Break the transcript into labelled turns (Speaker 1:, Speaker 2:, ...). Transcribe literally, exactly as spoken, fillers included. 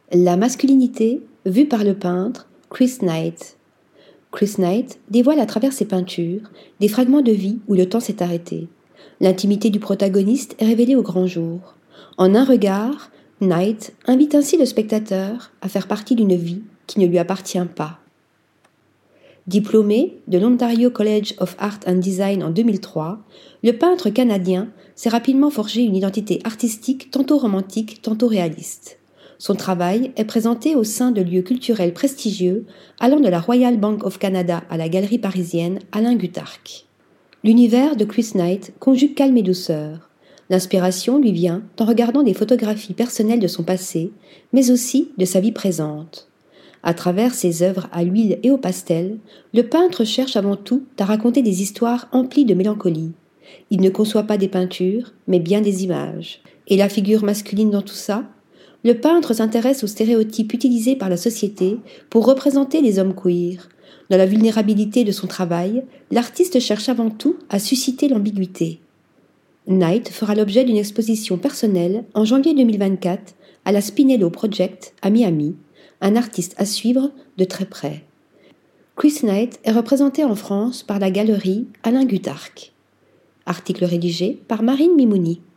Speaker 1: La masculinité vue par le peintre Chris Knight. Chris Knight dévoile à travers ses peintures des fragments de vie où le temps s'est arrêté. L'intimité du protagoniste est révélée au grand jour. En un regard, Knight invite ainsi le spectateur à faire partie d'une vie qui ne lui appartient pas. Diplômé de l'Ontario College of Art and Design en deux mille trois, le peintre canadien s'est rapidement forgé une identité artistique tantôt romantique, tantôt réaliste. Son travail est présenté au sein de lieux culturels prestigieux, allant de la Royal Bank of Canada à la galerie parisienne Alain Gutthark. L'univers de Chris Knight conjugue calme et douceur. L'inspiration lui vient en regardant des photographies personnelles de son passé, mais aussi de sa vie présente. À travers ses œuvres à l'huile et au pastel, le peintre cherche avant tout à raconter des histoires emplies de mélancolie. Il ne conçoit pas des peintures, mais bien des images. Et la figure masculine dans tout ça ? Le peintre s'intéresse aux stéréotypes utilisés par la société pour représenter les hommes queer. Dans la vulnérabilité de son travail, l'artiste cherche avant tout à susciter l'ambiguïté. Knight fera l'objet d'une exposition personnelle en janvier deux mille vingt-quatre à la Spinello Project à Miami, un artiste à suivre de très près. Chris Knight est représenté en France par la galerie Alain Gutthark. Article rédigé par Marine Mimouni.